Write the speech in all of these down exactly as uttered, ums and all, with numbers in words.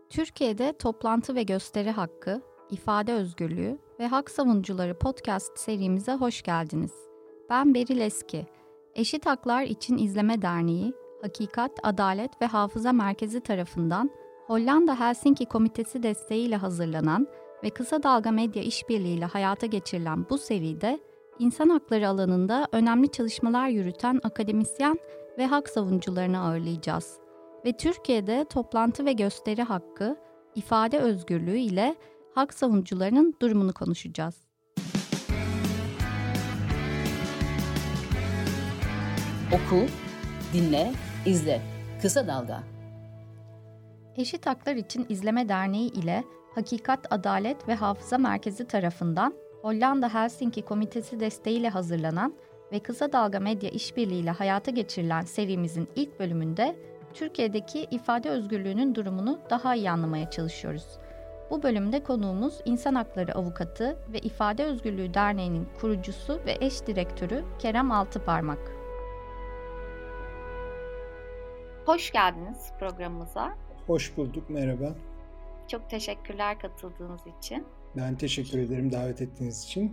Türkiye'de toplantı ve gösteri hakkı, ifade özgürlüğü ve hak savunucuları podcast serimize hoş geldiniz. Ben Beril Eski. Eşit Haklar İçin İzleme Derneği, Hakikat, Adalet ve Hafıza Merkezi tarafından Hollanda Helsinki Komitesi desteğiyle hazırlanan ve Kısa Dalga Medya İşbirliği ile hayata geçirilen bu seride insan hakları alanında önemli çalışmalar yürüten akademisyen ve hak savunucularını ağırlayacağız. Ve Türkiye'de toplantı ve gösteri hakkı, ifade özgürlüğü ile hak savunucularının durumunu konuşacağız. Oku, dinle, izle. Kısa Dalga. Eşit Haklar İçin İzleme Derneği ile Hakikat, Adalet ve Hafıza Merkezi tarafından Hollanda Helsinki Komitesi desteğiyle hazırlanan ve Kısa Dalga Medya İşbirliği ile hayata geçirilen serimizin ilk bölümünde Türkiye'deki ifade özgürlüğünün durumunu daha iyi anlamaya çalışıyoruz. Bu bölümde konuğumuz İnsan Hakları Avukatı ve İfade Özgürlüğü Derneği'nin kurucusu ve eş direktörü Kerem Altıparmak. Hoş geldiniz programımıza. Hoş bulduk, merhaba. Çok teşekkürler katıldığınız için. Ben teşekkür ederim davet ettiğiniz için.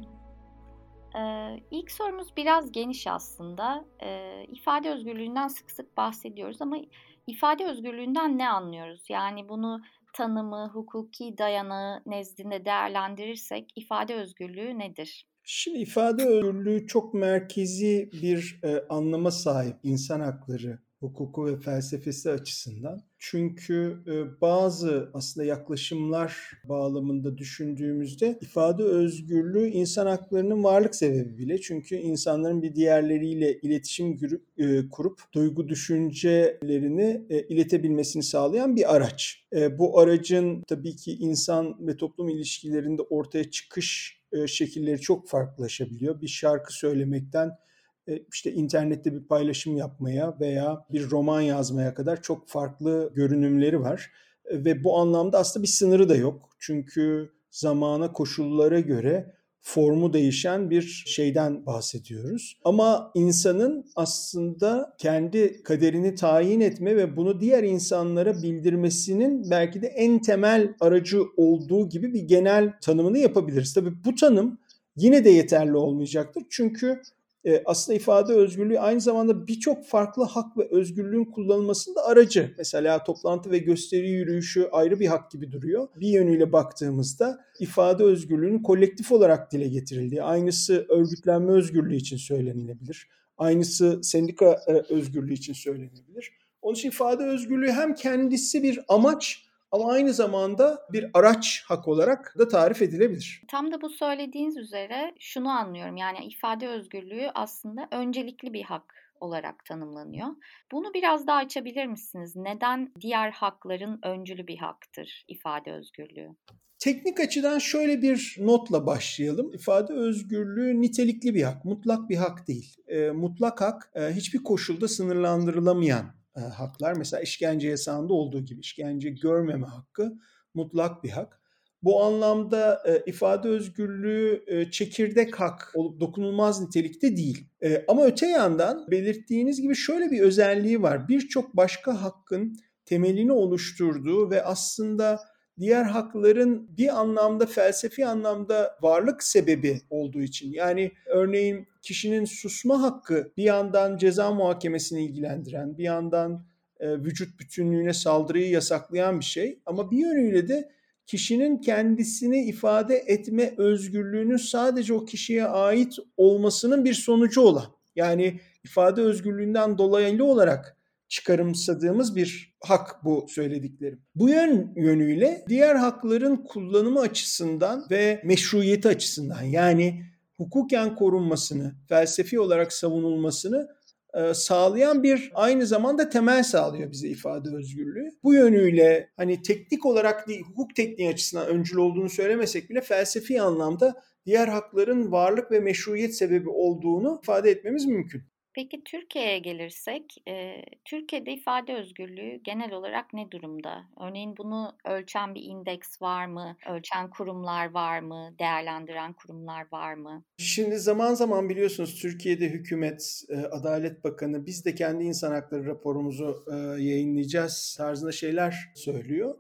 Ee, ilk sorumuz biraz geniş aslında. Ee, ifade özgürlüğünden sık sık bahsediyoruz ama ifade özgürlüğünden ne anlıyoruz? Yani bunu tanımı, hukuki dayanağı nezdinde değerlendirirsek ifade özgürlüğü nedir? Şimdi ifade özgürlüğü çok merkezi bir e, anlama sahip insan hakları, hukuku ve felsefesi açısından. Çünkü e, bazı aslında yaklaşımlar bağlamında düşündüğümüzde ifade özgürlüğü insan haklarının varlık sebebi bile. Çünkü insanların bir diğerleriyle iletişim e, kurup duygu düşüncelerini e, iletebilmesini sağlayan bir araç. E, bu aracın tabii ki insan ve toplum ilişkilerinde ortaya çıkış e, şekilleri çok farklılaşabiliyor. Bir şarkı söylemekten İşte internette bir paylaşım yapmaya veya bir roman yazmaya kadar çok farklı görünümleri var. Ve bu anlamda aslında bir sınırı da yok. Çünkü zamana, koşullara göre formu değişen bir şeyden bahsediyoruz. Ama insanın aslında kendi kaderini tayin etme ve bunu diğer insanlara bildirmesinin belki de en temel aracı olduğu gibi bir genel tanımını yapabiliriz. Tabii bu tanım yine de yeterli olmayacaktır. Çünkü aslında ifade özgürlüğü aynı zamanda birçok farklı hak ve özgürlüğün kullanılmasının da aracı. Mesela toplantı ve gösteri yürüyüşü ayrı bir hak gibi duruyor. Bir yönüyle baktığımızda ifade özgürlüğünün kolektif olarak dile getirildiği, aynısı örgütlenme özgürlüğü için söylenilebilir. Aynısı sendika özgürlüğü için söylenebilir. Onun için ifade özgürlüğü hem kendisi bir amaç ama aynı zamanda bir araç hak olarak da tarif edilebilir. Tam da bu söylediğiniz üzere şunu anlıyorum. Yani ifade özgürlüğü aslında öncelikli bir hak olarak tanımlanıyor. Bunu biraz daha açabilir misiniz? Neden diğer hakların öncülü bir haktır ifade özgürlüğü? Teknik açıdan şöyle bir notla başlayalım. İfade özgürlüğü nitelikli bir hak, mutlak bir hak değil. E, mutlak hak e, hiçbir koşulda sınırlandırılamayan e, haklar. Mesela işkence yasağında olduğu gibi işkence görmeme hakkı mutlak bir hak. Bu anlamda e, ifade özgürlüğü e, çekirdek hak olup dokunulmaz nitelikte değil. E, ama öte yandan belirttiğiniz gibi şöyle bir özelliği var. Birçok başka hakkın temelini oluşturduğu ve aslında diğer hakların bir anlamda felsefi anlamda varlık sebebi olduğu için. Yani örneğin kişinin susma hakkı bir yandan ceza muhakemesini ilgilendiren, bir yandan e, vücut bütünlüğüne saldırıyı yasaklayan bir şey. Ama bir yönüyle de kişinin kendisini ifade etme özgürlüğünün sadece o kişiye ait olmasının bir sonucu olan. Yani ifade özgürlüğünden dolaylı olarak çıkarımsadığımız bir hak bu söylediklerim. Bu yön yönüyle diğer hakların kullanımı açısından ve meşruiyeti açısından yani hukuken korunmasını, felsefi olarak savunulmasını e, sağlayan bir aynı zamanda temel sağlıyor bize ifade özgürlüğü. Bu yönüyle hani teknik olarak değil, hukuk tekniği açısından öncül olduğunu söylemesek bile felsefi anlamda diğer hakların varlık ve meşruiyet sebebi olduğunu ifade etmemiz mümkün. Peki Türkiye'ye gelirsek, e, Türkiye'de ifade özgürlüğü genel olarak ne durumda? Örneğin bunu ölçen bir indeks var mı? Ölçen kurumlar var mı? Değerlendiren kurumlar var mı? Şimdi zaman zaman biliyorsunuz Türkiye'de hükümet, Adalet Bakanı biz de kendi insan hakları raporumuzu yayınlayacağız tarzında şeyler söylüyor.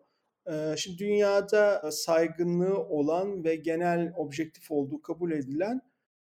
Şimdi dünyada saygınlığı olan ve genel objektif olduğu kabul edilen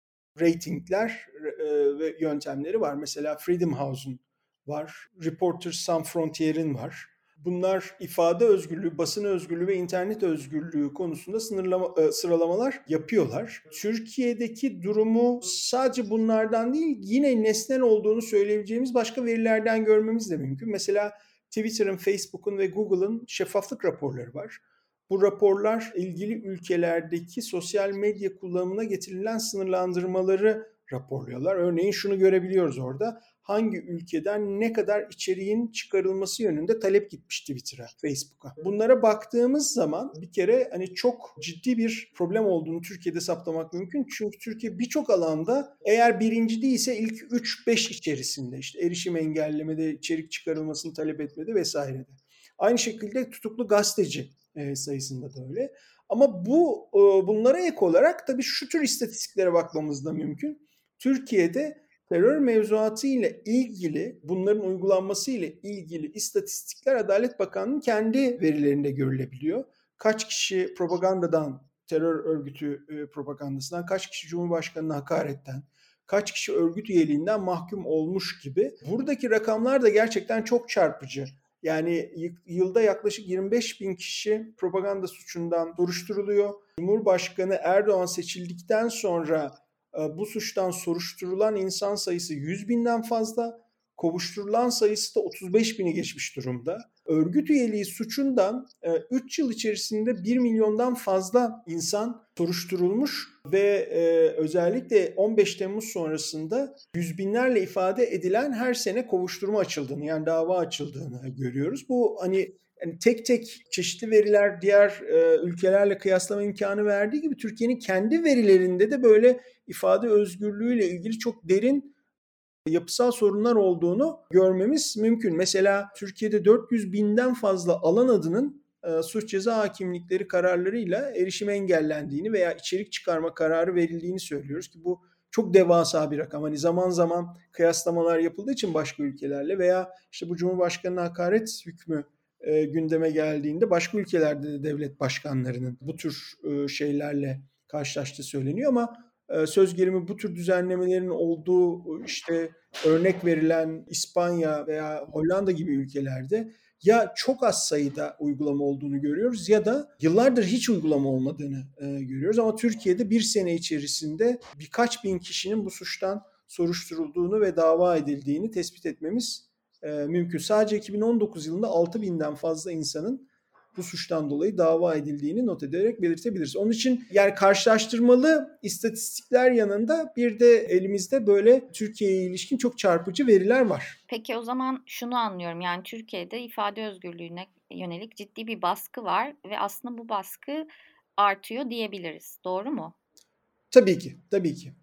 ratingler ve yöntemleri var. Mesela Freedom House'un var, Reporters Sans Frontiers'in var. Bunlar ifade özgürlüğü, basın özgürlüğü ve internet özgürlüğü konusunda sınırlama, sıralamalar yapıyorlar. Türkiye'deki durumu sadece bunlardan değil, yine nesnel olduğunu söyleyebileceğimiz başka verilerden görmemiz de mümkün. Mesela Twitter'ın, Facebook'un ve Google'ın şeffaflık raporları var. Bu raporlar ilgili ülkelerdeki sosyal medya kullanımına getirilen sınırlandırmaları raporluyorlar. Örneğin şunu görebiliyoruz orada. Hangi ülkeden ne kadar içeriğin çıkarılması yönünde talep gitmiş Twitter'a, Facebook'a. Bunlara baktığımız zaman bir kere hani çok ciddi bir problem olduğunu Türkiye'de saptamak mümkün. Çünkü Türkiye birçok alanda eğer birinci değilse ilk üç beş içerisinde, işte erişim engellemede, içerik çıkarılmasını talep etmede vesairede. Aynı şekilde tutuklu gazeteci sayısında da öyle. Ama bu bunlara ek olarak tabii şu tür istatistiklere bakmamız da mümkün. Türkiye'de terör mevzuatı ile ilgili, bunların uygulanması ile ilgili istatistikler Adalet Bakanlığı'nın kendi verilerinde görülebiliyor. Kaç kişi propagandadan, terör örgütü propagandasından, kaç kişi Cumhurbaşkanı'na hakaretten, kaç kişi örgüt üyeliğinden mahkum olmuş gibi. Buradaki rakamlar da gerçekten çok çarpıcı. Yani yılda yaklaşık yirmi beş bin kişi propaganda suçundan soruşturuluyor. Cumhurbaşkanı Erdoğan seçildikten sonra bu suçtan soruşturulan insan sayısı yüz binden fazla, kovuşturulan sayısı da otuz beş bini geçmiş durumda. Örgüt üyeliği suçundan üç yıl içerisinde bir milyondan fazla insan soruşturulmuş ve özellikle on beş Temmuz sonrasında yüz binlerle ifade edilen her sene kovuşturma açıldığını, yani dava açıldığını görüyoruz. Bu hani yani tek tek çeşitli veriler diğer e, ülkelerle kıyaslama imkanı verdiği gibi Türkiye'nin kendi verilerinde de böyle ifade özgürlüğüyle ilgili çok derin yapısal sorunlar olduğunu görmemiz mümkün. Mesela Türkiye'de dört yüz binden fazla alan adının e, suç ceza hakimlikleri kararlarıyla erişim engellendiğini veya içerik çıkarma kararı verildiğini söylüyoruz ki bu çok devasa bir rakam. Hani zaman zaman kıyaslamalar yapıldığı için başka ülkelerle veya işte bu Cumhurbaşkanı'na hakaret hükmü e, gündeme geldiğinde başka ülkelerde de devlet başkanlarının bu tür e, şeylerle karşılaştığı söyleniyor ama e, söz gelimi bu tür düzenlemelerin olduğu işte örnek verilen İspanya veya Hollanda gibi ülkelerde ya çok az sayıda uygulama olduğunu görüyoruz ya da yıllardır hiç uygulama olmadığını e, görüyoruz. Ama Türkiye'de bir sene içerisinde birkaç bin kişinin bu suçtan soruşturulduğunu ve dava edildiğini tespit etmemiz e, mümkün. Sadece iki bin on dokuz yılında altı binden fazla insanın bu suçtan dolayı dava edildiğini not ederek belirtebiliriz. Onun için yani karşılaştırmalı istatistikler yanında bir de elimizde böyle Türkiye'ye ilişkin çok çarpıcı veriler var. Peki o zaman şunu anlıyorum, yani Türkiye'de ifade özgürlüğüne yönelik ciddi bir baskı var ve aslında bu baskı artıyor diyebiliriz. Doğru mu? Tabii ki, tabii ki.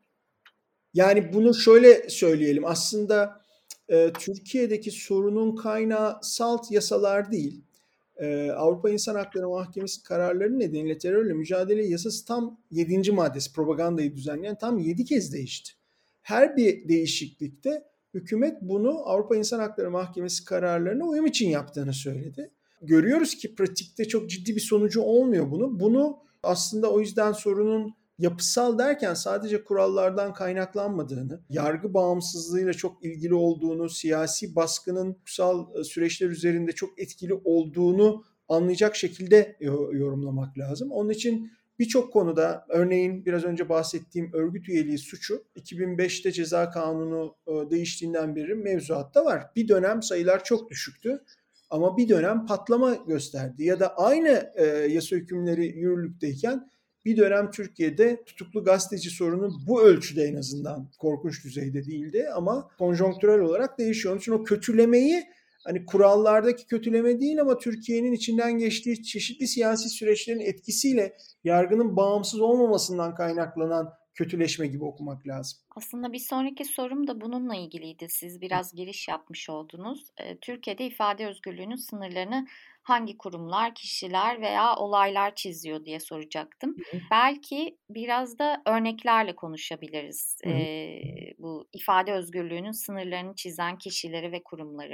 Yani bunu şöyle söyleyelim. Aslında e, Türkiye'deki sorunun kaynağı salt yasalar değil. Ee, Avrupa İnsan Hakları Mahkemesi kararları nedeniyle terörle mücadele yasası tam yedinci maddesi propagandayı düzenleyen tam yedi kez değişti. Her bir değişiklikte hükümet bunu Avrupa İnsan Hakları Mahkemesi kararlarına uyum için yaptığını söyledi. Görüyoruz ki pratikte çok ciddi bir sonucu olmuyor bunu. Bunu aslında o yüzden sorunun yapısal derken sadece kurallardan kaynaklanmadığını, yargı bağımsızlığıyla çok ilgili olduğunu, siyasi baskının hukuksal süreçler üzerinde çok etkili olduğunu anlayacak şekilde yorumlamak lazım. Onun için birçok konuda, örneğin biraz önce bahsettiğim örgüt üyeliği suçu iki bin beşte ceza kanunu değiştiğinden beri mevzuatta var. Bir dönem sayılar çok düşüktü ama bir dönem patlama gösterdi. Ya da aynı yasa hükümleri yürürlükteyken bir dönem Türkiye'de tutuklu gazeteci sorunu bu ölçüde en azından korkunç düzeyde değildi ama konjonktürel olarak değişiyor. Onun için o kötülemeyi hani kurallardaki kötüleme değil ama Türkiye'nin içinden geçtiği çeşitli siyasi süreçlerin etkisiyle yargının bağımsız olmamasından kaynaklanan kötüleşme gibi okumak lazım. Aslında bir sonraki sorum da bununla ilgiliydi. Siz biraz giriş yapmış oldunuz. Türkiye'de ifade özgürlüğünün sınırlarını hangi kurumlar, kişiler veya olaylar çiziyor diye soracaktım. Hı hı. Belki biraz da örneklerle konuşabiliriz. Hı hı. Ee, bu ifade özgürlüğünün sınırlarını çizen kişileri ve kurumları.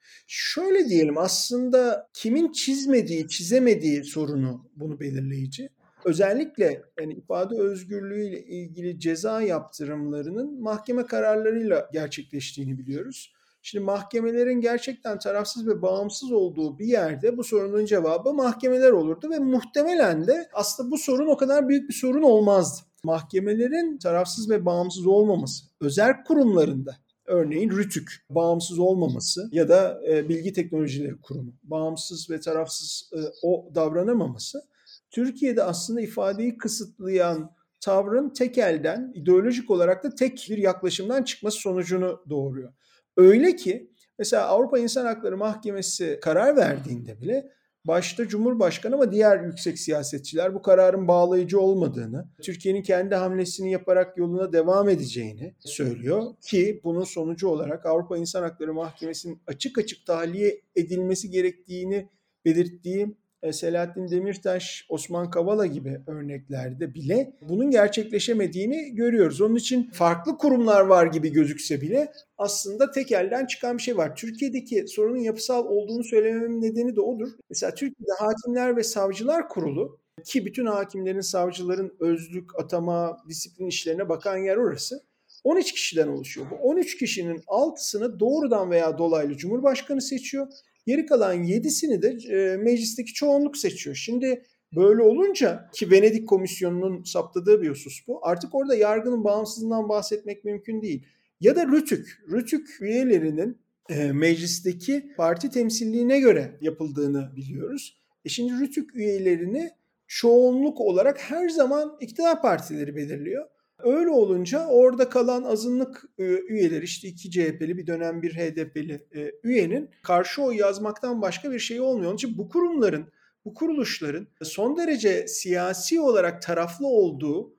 Şöyle diyelim, aslında kimin çizmediği, çizemediği sorunu bunu belirleyici. Özellikle yani ifade özgürlüğüyle ilgili ceza yaptırımlarının mahkeme kararlarıyla gerçekleştiğini biliyoruz. Şimdi mahkemelerin gerçekten tarafsız ve bağımsız olduğu bir yerde bu sorunun cevabı mahkemeler olurdu ve muhtemelen de aslında bu sorun o kadar büyük bir sorun olmazdı. Mahkemelerin tarafsız ve bağımsız olmaması, özerk kurumlarında, örneğin RTÜK bağımsız olmaması ya da e, Bilgi Teknolojileri Kurumu bağımsız ve tarafsız e, o davranamaması, Türkiye'de aslında ifadeyi kısıtlayan tavrın tek elden, ideolojik olarak da tek bir yaklaşımdan çıkması sonucunu doğuruyor. Öyle ki mesela Avrupa İnsan Hakları Mahkemesi karar verdiğinde bile başta Cumhurbaşkanı ama diğer yüksek siyasetçiler bu kararın bağlayıcı olmadığını, Türkiye'nin kendi hamlesini yaparak yoluna devam edeceğini söylüyor ki bunun sonucu olarak Avrupa İnsan Hakları Mahkemesi'nin açık açık tahliye edilmesi gerektiğini belirttiği Selahattin Demirtaş, Osman Kavala gibi örneklerde bile bunun gerçekleşemediğini görüyoruz. Onun için farklı kurumlar var gibi gözükse bile aslında tek elden çıkan bir şey var. Türkiye'deki sorunun yapısal olduğunu söylememin nedeni de odur. Mesela Türkiye'de Hakimler ve Savcılar Kurulu, ki bütün hakimlerin, savcıların özlük, atama, disiplin işlerine bakan yer orası, on üç kişiden oluşuyor. Bu on üç kişinin altısını doğrudan veya dolaylı Cumhurbaşkanı seçiyor. Geri kalan yedisini de e, meclisteki çoğunluk seçiyor. Şimdi böyle olunca, ki Venedik Komisyonu'nun saptadığı bir husus bu, artık orada yargının bağımsızlığından bahsetmek mümkün değil. Ya da RTÜK, RTÜK üyelerinin e, meclisteki parti temsilliğine göre yapıldığını biliyoruz. E şimdi RTÜK üyelerini çoğunluk olarak her zaman iktidar partileri belirliyor. Öyle olunca orada kalan azınlık üyeler, işte iki C H P'li bir dönem bir H D P'li üyenin karşı oy yazmaktan başka bir şey olmuyor. Onun için bu kurumların, bu kuruluşların son derece siyasi olarak taraflı olduğu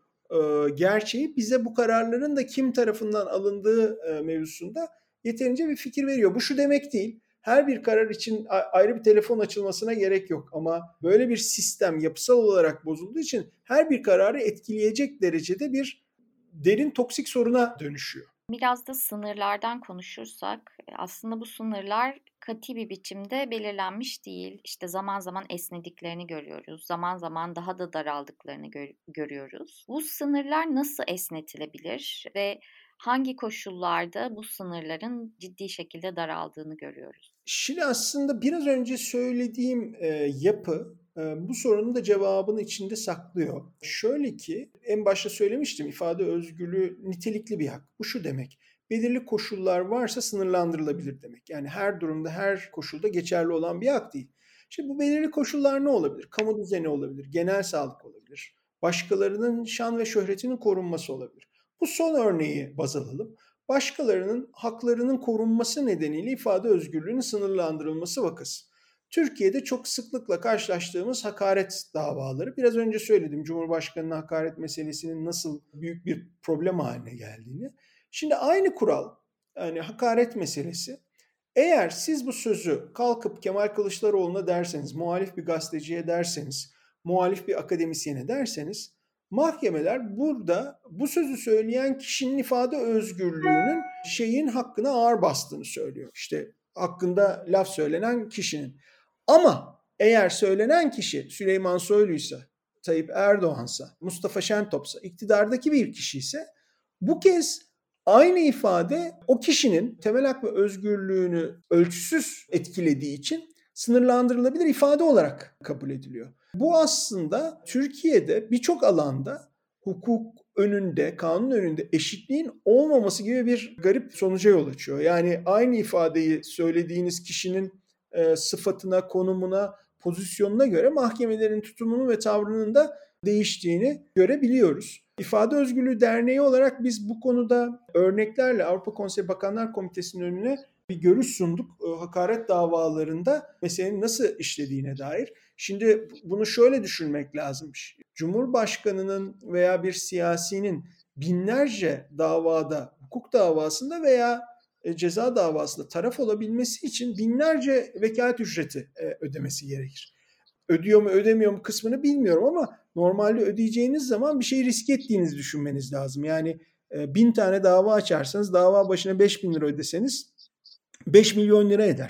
gerçeği bize bu kararların da kim tarafından alındığı mevzusunda yeterince bir fikir veriyor. Bu şu demek değil, her bir karar için ayrı bir telefon açılmasına gerek yok. Ama böyle bir sistem yapısal olarak bozulduğu için her bir kararı etkileyecek derecede bir derin toksik soruna dönüşüyor. Biraz da sınırlardan konuşursak, aslında bu sınırlar katı bir biçimde belirlenmiş değil. İşte zaman zaman esnediklerini görüyoruz, zaman zaman daha da daraldıklarını gör- görüyoruz. Bu sınırlar nasıl esnetilebilir ve hangi koşullarda bu sınırların ciddi şekilde daraldığını görüyoruz? Şimdi aslında biraz önce söylediğim e, yapı e, bu sorunun da cevabını içinde saklıyor. Şöyle ki, en başta söylemiştim, ifade özgürlüğü nitelikli bir hak. Bu şu demek: belirli koşullar varsa sınırlandırılabilir demek. Yani her durumda, her koşulda geçerli olan bir hak değil. Şimdi bu belirli koşullar ne olabilir? Kamu düzeni olabilir, genel sağlık olabilir, başkalarının şan ve şöhretinin korunması olabilir. Bu son örneği baz alalım. Başkalarının haklarının korunması nedeniyle ifade özgürlüğünün sınırlandırılması vakası. Türkiye'de çok sıklıkla karşılaştığımız hakaret davaları. Biraz önce söyledim, Cumhurbaşkanı'nın hakaret meselesinin nasıl büyük bir problem haline geldiğini. Şimdi aynı kural, yani hakaret meselesi, eğer siz bu sözü kalkıp Kemal Kılıçdaroğlu'na derseniz, muhalif bir gazeteciye derseniz, muhalif bir akademisyene derseniz, mahkemeler burada bu sözü söyleyen kişinin ifade özgürlüğünün şeyin hakkına ağır bastığını söylüyor. İşte hakkında laf söylenen kişinin. Ama eğer söylenen kişi Süleyman Soylu'ysa, Tayyip Erdoğan'sa, Mustafa Şentop'sa, iktidardaki bir kişi ise, bu kez aynı ifade o kişinin temel hak ve özgürlüğünü ölçüsüz etkilediği için sınırlandırılabilir ifade olarak kabul ediliyor. Bu aslında Türkiye'de birçok alanda hukuk önünde, kanun önünde eşitliğin olmaması gibi bir garip sonuca yol açıyor. Yani aynı ifadeyi söylediğiniz kişinin e, sıfatına, konumuna, pozisyonuna göre mahkemelerin tutumunu ve tavrının da değiştiğini görebiliyoruz. İfade Özgürlüğü Derneği olarak biz bu konuda örneklerle Avrupa Konseyi Bakanlar Komitesi'nin önüne bir görüş sunduk. Hakaret davalarında meselenin nasıl işlediğine dair. Şimdi bunu şöyle düşünmek lazım. Cumhurbaşkanının veya bir siyasinin binlerce davada, hukuk davasında veya ceza davasında taraf olabilmesi için binlerce vekalet ücreti ödemesi gerekir. Ödüyor mu ödemiyor mu kısmını bilmiyorum ama normalde ödeyeceğiniz zaman bir şey risk ettiğinizi düşünmeniz lazım. Yani bin tane dava açarsanız dava başına beş bin lira ödeseniz beş milyon lira eder.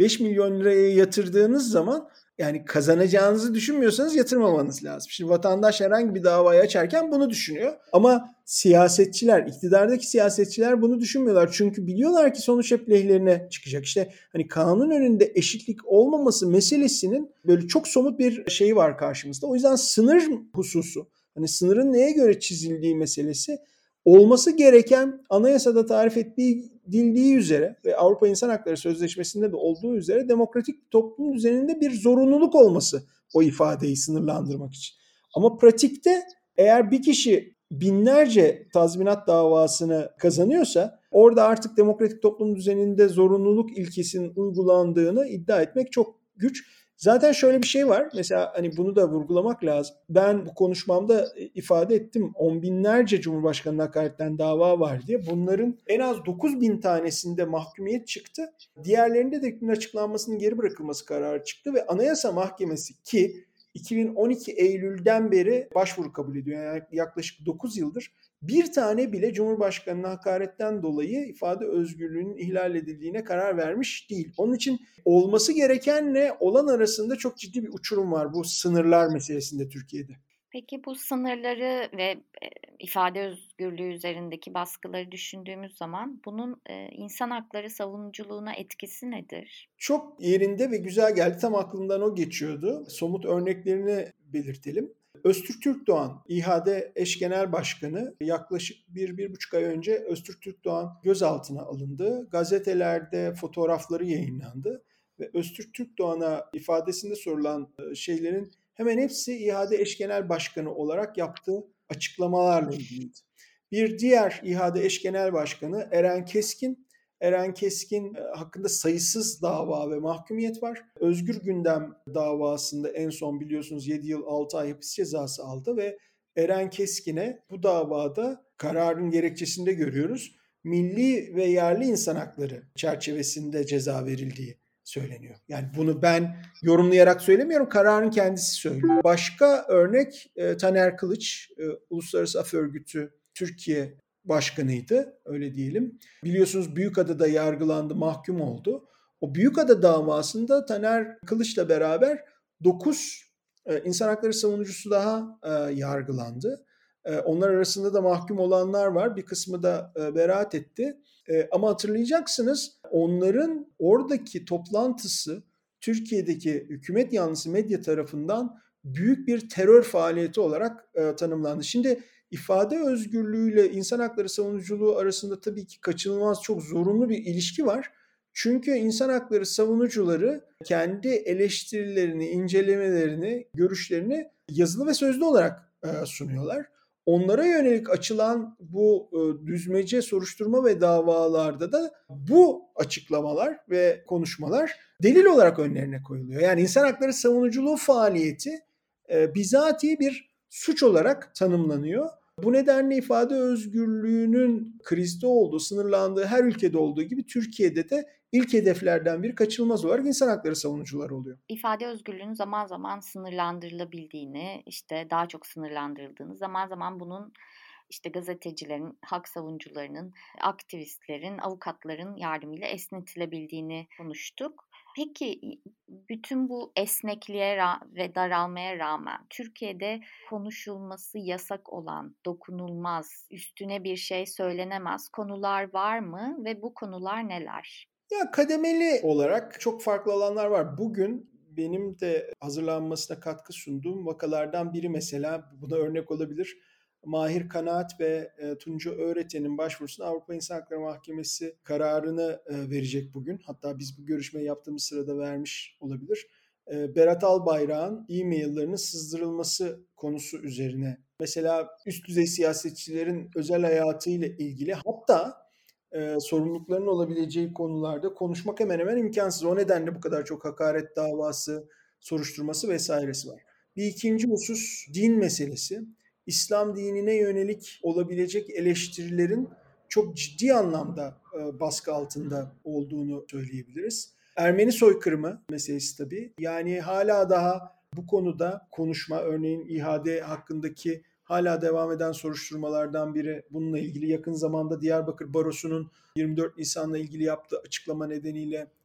beş milyon liraya yatırdığınız zaman yani kazanacağınızı düşünmüyorsanız yatırmamanız lazım. Şimdi vatandaş herhangi bir davayı açarken bunu düşünüyor. Ama siyasetçiler, iktidardaki siyasetçiler bunu düşünmüyorlar. Çünkü biliyorlar ki sonuç hep lehlerine çıkacak. İşte hani kanun önünde eşitlik olmaması meselesinin böyle çok somut bir şeyi var karşımızda. O yüzden sınır hususu, hani sınırın neye göre çizildiği meselesi olması gereken anayasada tarif edildiği üzere ve Avrupa İnsan Hakları Sözleşmesi'nde de olduğu üzere demokratik bir toplum düzeninde bir zorunluluk olması o ifadeyi sınırlandırmak için. Ama pratikte eğer bir kişi binlerce tazminat davasını kazanıyorsa orada artık demokratik toplum düzeninde zorunluluk ilkesinin uygulandığını iddia etmek çok güç. Zaten şöyle bir şey var. Mesela hani bunu da vurgulamak lazım. Ben bu konuşmamda ifade ettim. On binlerce Cumhurbaşkanı'na hakaretten dava var diye. Bunların en az dokuz bin tanesinde mahkumiyet çıktı. Diğerlerinde de hükmün açıklanmasının geri bırakılması kararı çıktı ve Anayasa Mahkemesi ki iki bin on iki Eylül'den beri başvuru kabul ediyor. Yani yaklaşık dokuz yıldır bir tane bile Cumhurbaşkanı'na hakaretten dolayı ifade özgürlüğünün ihlal edildiğine karar vermiş değil. Onun için olması gerekenle olan arasında çok ciddi bir uçurum var bu sınırlar meselesinde Türkiye'de. Peki bu sınırları ve ifade özgürlüğü üzerindeki baskıları düşündüğümüz zaman bunun insan hakları savunuculuğuna etkisi nedir? Çok yerinde ve güzel geldi. Tam aklımdan o geçiyordu. Somut örneklerini belirtelim. Öztürk Türkdoğan, İHA'de eş genel başkanı yaklaşık bir, bir buçuk ay önce Öztürk Türkdoğan gözaltına alındı. Gazetelerde fotoğrafları yayınlandı ve Öztürk Türkdoğan'a ifadesinde sorulan şeylerin hemen hepsi İHA'de eş genel başkanı olarak yaptığı açıklamalarla ilgiliydi. Bir diğer İHA'de eş genel başkanı Eren Keskin, Eren Keskin hakkında sayısız dava ve mahkumiyet var. Özgür Gündem davasında en son biliyorsunuz yedi yıl altı ay hapis cezası aldı ve Eren Keskin'e bu davada kararın gerekçesinde görüyoruz. Milli ve yerli insan hakları çerçevesinde ceza verildiği söyleniyor. Yani bunu ben yorumlayarak söylemiyorum, kararın kendisi söylüyor. Başka örnek Taner Kılıç, Uluslararası Af Örgütü Türkiye başkanıydı, öyle diyelim. Biliyorsunuz Büyükada'da yargılandı, mahkum oldu. O Büyükada davasında Taner Kılıç'la beraber dokuz insan hakları savunucusu daha yargılandı. Onlar arasında da mahkum olanlar var. Bir kısmı da beraat etti. Ama hatırlayacaksınız onların oradaki toplantısı Türkiye'deki hükümet yanlısı medya tarafından büyük bir terör faaliyeti olarak tanımlandı. Şimdi İfade özgürlüğüyle insan hakları savunuculuğu arasında tabii ki kaçınılmaz çok zorunlu bir ilişki var. Çünkü insan hakları savunucuları kendi eleştirilerini, incelemelerini, görüşlerini yazılı ve sözlü olarak sunuyorlar. Onlara yönelik açılan bu düzmece soruşturma ve davalarda da bu açıklamalar ve konuşmalar delil olarak önlerine koyuluyor. Yani insan hakları savunuculuğu faaliyeti bizatihi bir suç olarak tanımlanıyor. Bu nedenle ifade özgürlüğünün krizde olduğu, sınırlandığı her ülkede olduğu gibi Türkiye'de de ilk hedeflerden biri kaçınılmaz olarak insan hakları savunucuları oluyor. İfade özgürlüğünün zaman zaman sınırlandırılabildiğini, işte daha çok sınırlandırıldığını, zaman zaman bunun işte gazetecilerin, hak savunucularının, aktivistlerin, avukatların yardımıyla esnetilebildiğini konuştuk. Peki bütün bu esnekliğe ve daralmaya rağmen Türkiye'de konuşulması yasak olan, dokunulmaz, üstüne bir şey söylenemez konular var mı ve bu konular neler? Ya kademeli olarak çok farklı alanlar var. Bugün benim de hazırlanmasına katkı sunduğum vakalardan biri mesela buna örnek olabilir. Mahir Kanaat ve e, Tunca Öğreten'in başvurusuna Avrupa İnsan Hakları Mahkemesi kararını e, verecek bugün. Hatta biz bu görüşmeyi yaptığımız sırada vermiş olabilir. E, Berat Albayrak'ın e-maillerinin sızdırılması konusu üzerine. Mesela üst düzey siyasetçilerin özel hayatıyla ilgili hatta e, sorumlulukların olabileceği konularda konuşmak hemen hemen imkansız. O nedenle bu kadar çok hakaret davası, soruşturması vesairesi var. Bir ikinci husus din meselesi. İslam dinine yönelik olabilecek eleştirilerin çok ciddi anlamda e, baskı altında olduğunu söyleyebiliriz. Ermeni soykırımı meselesi tabii. Yani hala daha bu konuda konuşma, örneğin İHA'de hakkındaki hala devam eden soruşturmalardan biri bununla ilgili. Yakın zamanda Diyarbakır Barosu'nun yirmi dört Nisan'la ilgili yaptığı açıklama nedeniyle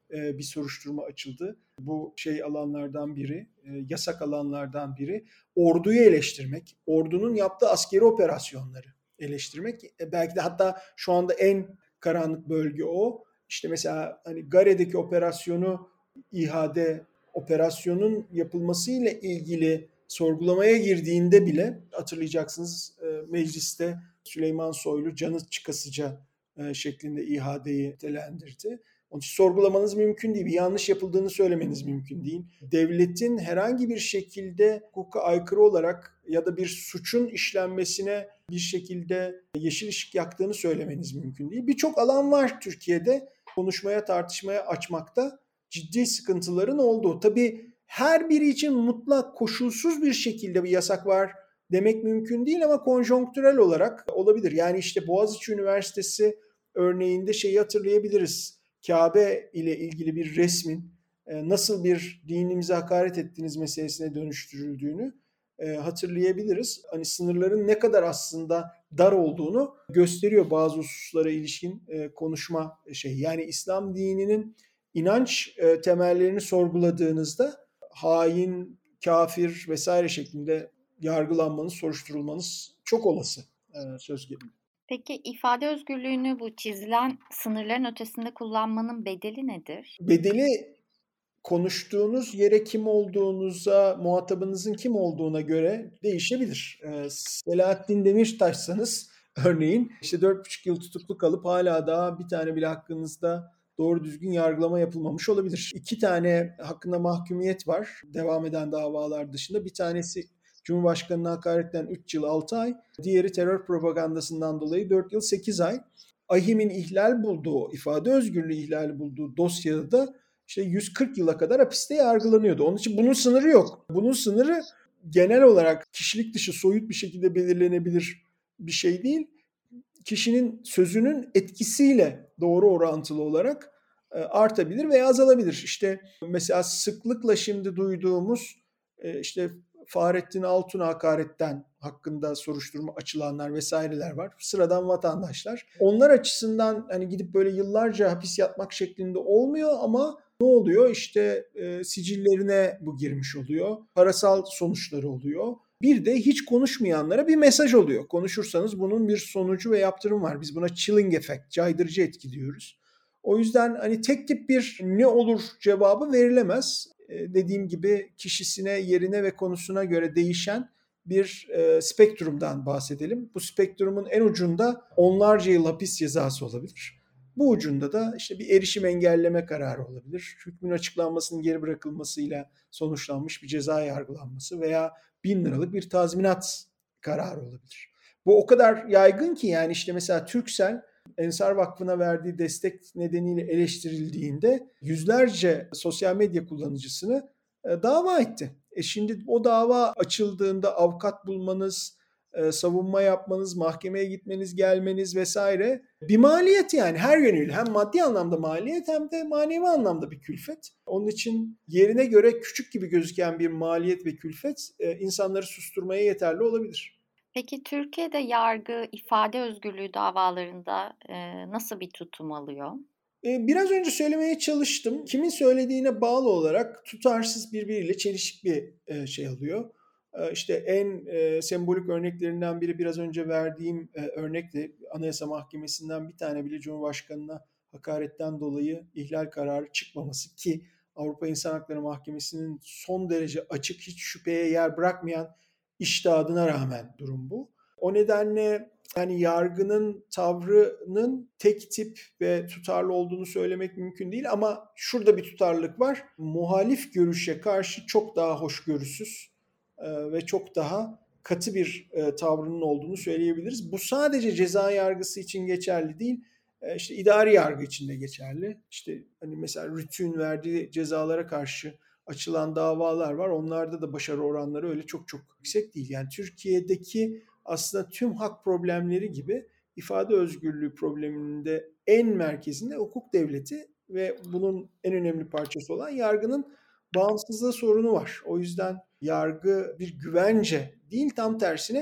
bir soruşturma açıldı. Bu şey alanlardan biri, yasak alanlardan biri. Orduyu eleştirmek, ordunun yaptığı askeri operasyonları eleştirmek. Belki de hatta şu anda en karanlık bölge o. İşte mesela hani Gare'deki operasyonu, İHA'de operasyonun yapılmasıyla ilgili sorgulamaya girdiğinde bile hatırlayacaksınız mecliste Süleyman Soylu canı çıkasıca şeklinde İHA'deyi nitelendirdi. Onun için sorgulamanız mümkün değil. Bir yanlış yapıldığını söylemeniz mümkün değil. Devletin herhangi bir şekilde hukuka aykırı olarak ya da bir suçun işlenmesine bir şekilde yeşil ışık yaktığını söylemeniz mümkün değil. Birçok alan var Türkiye'de konuşmaya, tartışmaya açmakta ciddi sıkıntıların olduğu. Tabii her biri için mutlak koşulsuz bir şekilde bir yasak var demek mümkün değil ama konjonktürel olarak olabilir. Yani işte Boğaziçi Üniversitesi örneğinde şeyi hatırlayabiliriz. Kabe ile ilgili bir resmin nasıl bir dinimize hakaret ettiğiniz meselesine dönüştürüldüğünü hatırlayabiliriz. Hani sınırların ne kadar aslında dar olduğunu gösteriyor bazı hususlara ilişkin konuşma şeyi. Yani İslam dininin inanç temellerini sorguladığınızda hain, kafir vesaire şeklinde yargılanmanız, soruşturulmanız çok olası söz gelimi. Peki ifade özgürlüğünü bu çizilen sınırların ötesinde kullanmanın bedeli nedir? Bedeli konuştuğunuz yere kim olduğunuza, muhatabınızın kim olduğuna göre değişebilir. Ee, Selahattin Demirtaş'sanız örneğin işte dört buçuk yıl tutuklu kalıp hala daha bir tane bile hakkınızda doğru düzgün yargılama yapılmamış olabilir. İki tane hakkında mahkumiyet var devam eden davalar dışında. Bir tanesi Cumhurbaşkanı'na hakaretten üç yıl altı ay, diğeri terör propagandasından dolayı dört yıl sekiz ay. AİHM'in ihlal bulduğu, ifade özgürlüğü ihlali bulduğu dosyada da işte yüz kırk yıla kadar hapiste yargılanıyordu. Onun için bunun sınırı yok. Bunun sınırı genel olarak kişilik dışı soyut bir şekilde belirlenebilir bir şey değil. Kişinin sözünün etkisiyle doğru orantılı olarak artabilir veya azalabilir. İşte mesela sıklıkla şimdi duyduğumuz işte Fahrettin Altun'a hakaretten hakkında soruşturma açılanlar vesaireler var. Sıradan vatandaşlar. Onlar açısından hani gidip böyle yıllarca hapis yatmak şeklinde olmuyor ama ne oluyor? İşte e, sicillerine bu girmiş oluyor. Parasal sonuçları oluyor. Bir de hiç konuşmayanlara bir mesaj oluyor. Konuşursanız bunun bir sonucu ve yaptırım var. Biz buna chilling effect, caydırıcı etki diyoruz. O yüzden hani tek tip bir ne olur cevabı verilemez. Ee, dediğim gibi kişisine, yerine ve konusuna göre değişen bir e, spektrumdan bahsedelim. Bu spektrumun en ucunda onlarca yıl hapis cezası olabilir. Bu ucunda da işte bir erişim engelleme kararı olabilir. Hükmün açıklanmasının geri bırakılmasıyla sonuçlanmış bir ceza yargılanması veya bin liralık bir tazminat kararı olabilir. Bu o kadar yaygın ki yani işte mesela Turkcell Ensar Vakfı'na verdiği destek nedeniyle eleştirildiğinde yüzlerce sosyal medya kullanıcısını dava etti. E şimdi o dava açıldığında avukat bulmanız, savunma yapmanız, mahkemeye gitmeniz, gelmeniz vesaire bir maliyet yani her yönüyle. Hem maddi anlamda maliyet hem de manevi anlamda bir külfet. Onun için yerine göre küçük gibi gözüken bir maliyet ve külfet insanları susturmaya yeterli olabilir. Peki Türkiye'de yargı, ifade özgürlüğü davalarında e, nasıl bir tutum alıyor? Biraz önce söylemeye çalıştım. Kimin söylediğine bağlı olarak tutarsız birbiriyle çelişik bir şey alıyor. İşte en sembolik örneklerinden biri biraz önce verdiğim örnekti. Anayasa Mahkemesi'nden bir tane bile Cumhurbaşkanı'na hakaretten dolayı ihlal kararı çıkmaması ki Avrupa İnsan Hakları Mahkemesi'nin son derece açık, hiç şüpheye yer bırakmayan içtihadına rağmen durum bu. O nedenle yani yargının tavrının tek tip ve tutarlı olduğunu söylemek mümkün değil ama şurada bir tutarlılık var. Muhalif görüşe karşı çok daha hoşgörüsüz ve çok daha katı bir tavrının olduğunu söyleyebiliriz. Bu sadece ceza yargısı için geçerli değil. İşte idari yargı için de geçerli. İşte hani mesela RTÜK'ün verdiği cezalara karşı açılan davalar var. Onlarda da başarı oranları öyle çok çok yüksek değil. Yani Türkiye'deki aslında tüm hak problemleri gibi ifade özgürlüğü probleminin de en merkezinde hukuk devleti ve bunun en önemli parçası olan yargının bağımsızlığı sorunu var. O yüzden yargı bir güvence değil, tam tersine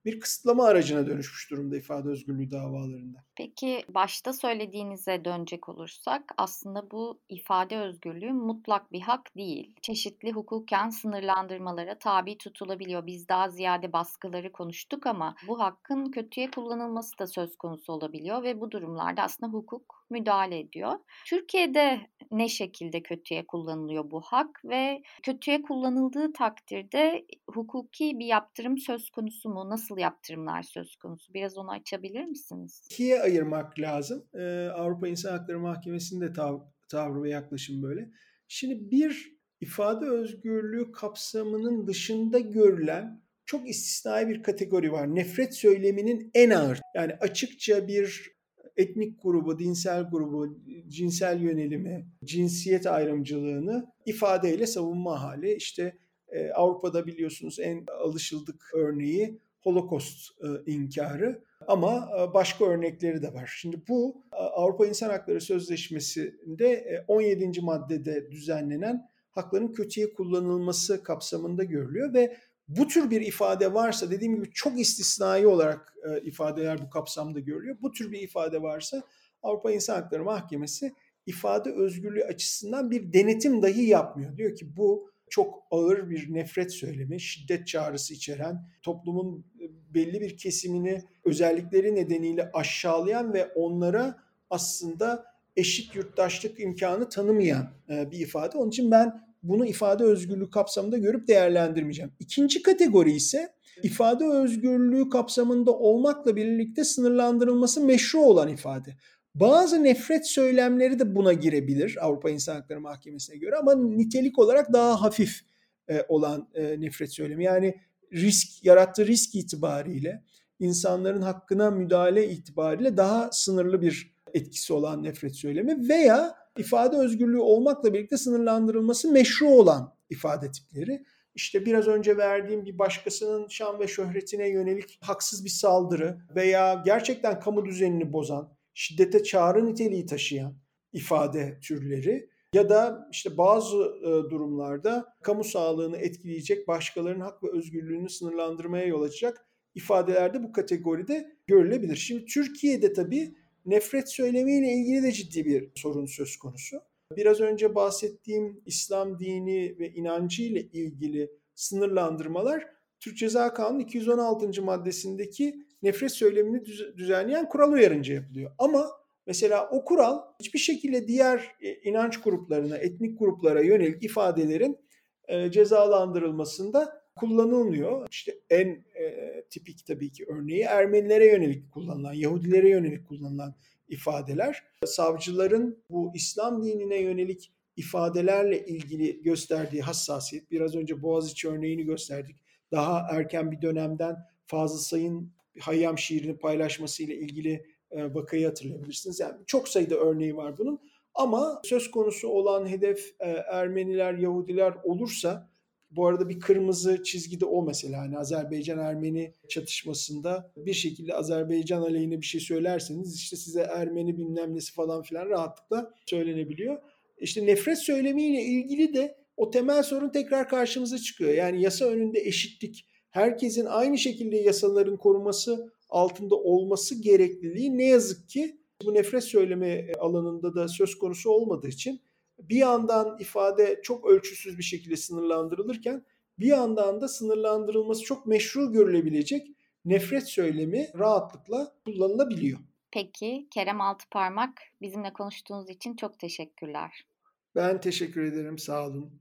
bir kısıtlama aracına dönüşmüş durumda ifade özgürlüğü davalarında. Peki başta söylediğinize dönecek olursak aslında bu ifade özgürlüğü mutlak bir hak değil. Çeşitli hukuken sınırlandırmalara tabi tutulabiliyor. Biz daha ziyade baskıları konuştuk ama bu hakkın kötüye kullanılması da söz konusu olabiliyor ve bu durumlarda aslında hukuk müdahale ediyor. Türkiye'de ne şekilde kötüye kullanılıyor bu hak ve kötüye kullanıldığı takdirde hukuki bir yaptırım söz konusu mu? Nasıl yaptırımlar söz konusu? Biraz onu açabilir misiniz? İkiye ayırmak lazım. Ee, Avrupa İnsan Hakları Mahkemesi'nin de tav- tavrı ve yaklaşım böyle. Şimdi bir ifade özgürlüğü kapsamının dışında görülen çok istisnai bir kategori var. Nefret söyleminin en ağır. Yani açıkça bir etnik grubu, dinsel grubu, cinsel yönelimi, cinsiyet ayrımcılığını ifadeyle savunma hali. İşte e, Avrupa'da biliyorsunuz en alışıldık örneği Holocaust e, inkarı. Ama başka örnekleri de var. Şimdi bu Avrupa İnsan Hakları Sözleşmesi'nde on yedinci maddede düzenlenen hakların kötüye kullanılması kapsamında görülüyor ve bu tür bir ifade varsa, dediğim gibi çok istisnai olarak ifadeler bu kapsamda görülüyor. Bu tür bir ifade varsa Avrupa İnsan Hakları Mahkemesi ifade özgürlüğü açısından bir denetim dahi yapmıyor. Diyor ki bu çok ağır bir nefret söylemi, şiddet çağrısı içeren, toplumun belli bir kesimini özellikleri nedeniyle aşağılayan ve onlara aslında eşit yurttaşlık imkanı tanımayan bir ifade. Onun için ben bunu ifade özgürlüğü kapsamında görüp değerlendirmeyeceğim. İkinci kategori ise ifade özgürlüğü kapsamında olmakla birlikte sınırlandırılması meşru olan ifade. Bazı nefret söylemleri de buna girebilir Avrupa İnsan Hakları Mahkemesi'ne göre ama nitelik olarak daha hafif e, olan e, nefret söylemi. Yani risk, yarattığı risk itibariyle, insanların hakkına müdahale itibariyle daha sınırlı bir etkisi olan nefret söylemi veya ifade özgürlüğü olmakla birlikte sınırlandırılması meşru olan ifade tipleri. İşte biraz önce verdiğim bir başkasının şan ve şöhretine yönelik haksız bir saldırı veya gerçekten kamu düzenini bozan, şiddete çağrı niteliği taşıyan ifade türleri ya da işte bazı e, durumlarda kamu sağlığını etkileyecek, başkalarının hak ve özgürlüğünü sınırlandırmaya yol açacak ifadeler de bu kategoride görülebilir. Şimdi Türkiye'de tabii nefret söylemiyle ilgili de ciddi bir sorun söz konusu. Biraz önce bahsettiğim İslam dini ve inancı ile ilgili sınırlandırmalar Türk Ceza Kanunu iki yüz on altıncı maddesindeki nefret söylemini düzenleyen kural uyarınca yapılıyor. Ama mesela o kural hiçbir şekilde diğer inanç gruplarına, etnik gruplara yönelik ifadelerin e, cezalandırılmasında kullanılmıyor. İşte en e, tipik tabii ki örneği Ermenilere yönelik kullanılan, Yahudilere yönelik kullanılan ifadeler. Savcıların bu İslam dinine yönelik ifadelerle ilgili gösterdiği hassasiyet, biraz önce Boğaziçi örneğini gösterdik. Daha erken bir dönemden Fazıl Say'ın Hayyam şiirini paylaşmasıyla ilgili e, vakayı hatırlayabilirsiniz. Yani çok sayıda örneği var bunun. Ama söz konusu olan hedef e, Ermeniler, Yahudiler olursa, bu arada bir kırmızı çizgi de o mesela. Hani Azerbaycan-Ermeni çatışmasında bir şekilde Azerbaycan aleyhine bir şey söylerseniz işte size Ermeni bilmem nesi falan filan rahatlıkla söylenebiliyor. İşte nefret söylemiyle ilgili de o temel sorun tekrar karşımıza çıkıyor. Yani yasa önünde eşitlik, herkesin aynı şekilde yasaların korunması altında olması gerekliliği ne yazık ki bu nefret söylemi alanında da söz konusu olmadığı için bir yandan ifade çok ölçüsüz bir şekilde sınırlandırılırken bir yandan da sınırlandırılması çok meşru görülebilecek nefret söylemi rahatlıkla kullanılabiliyor. Peki Kerem Altıparmak, bizimle konuştuğunuz için çok teşekkürler. Ben teşekkür ederim, sağ olun.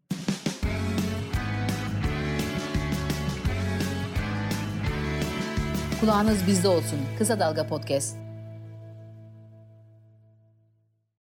Kulağınız bizde olsun. Kısa Dalga Podcast.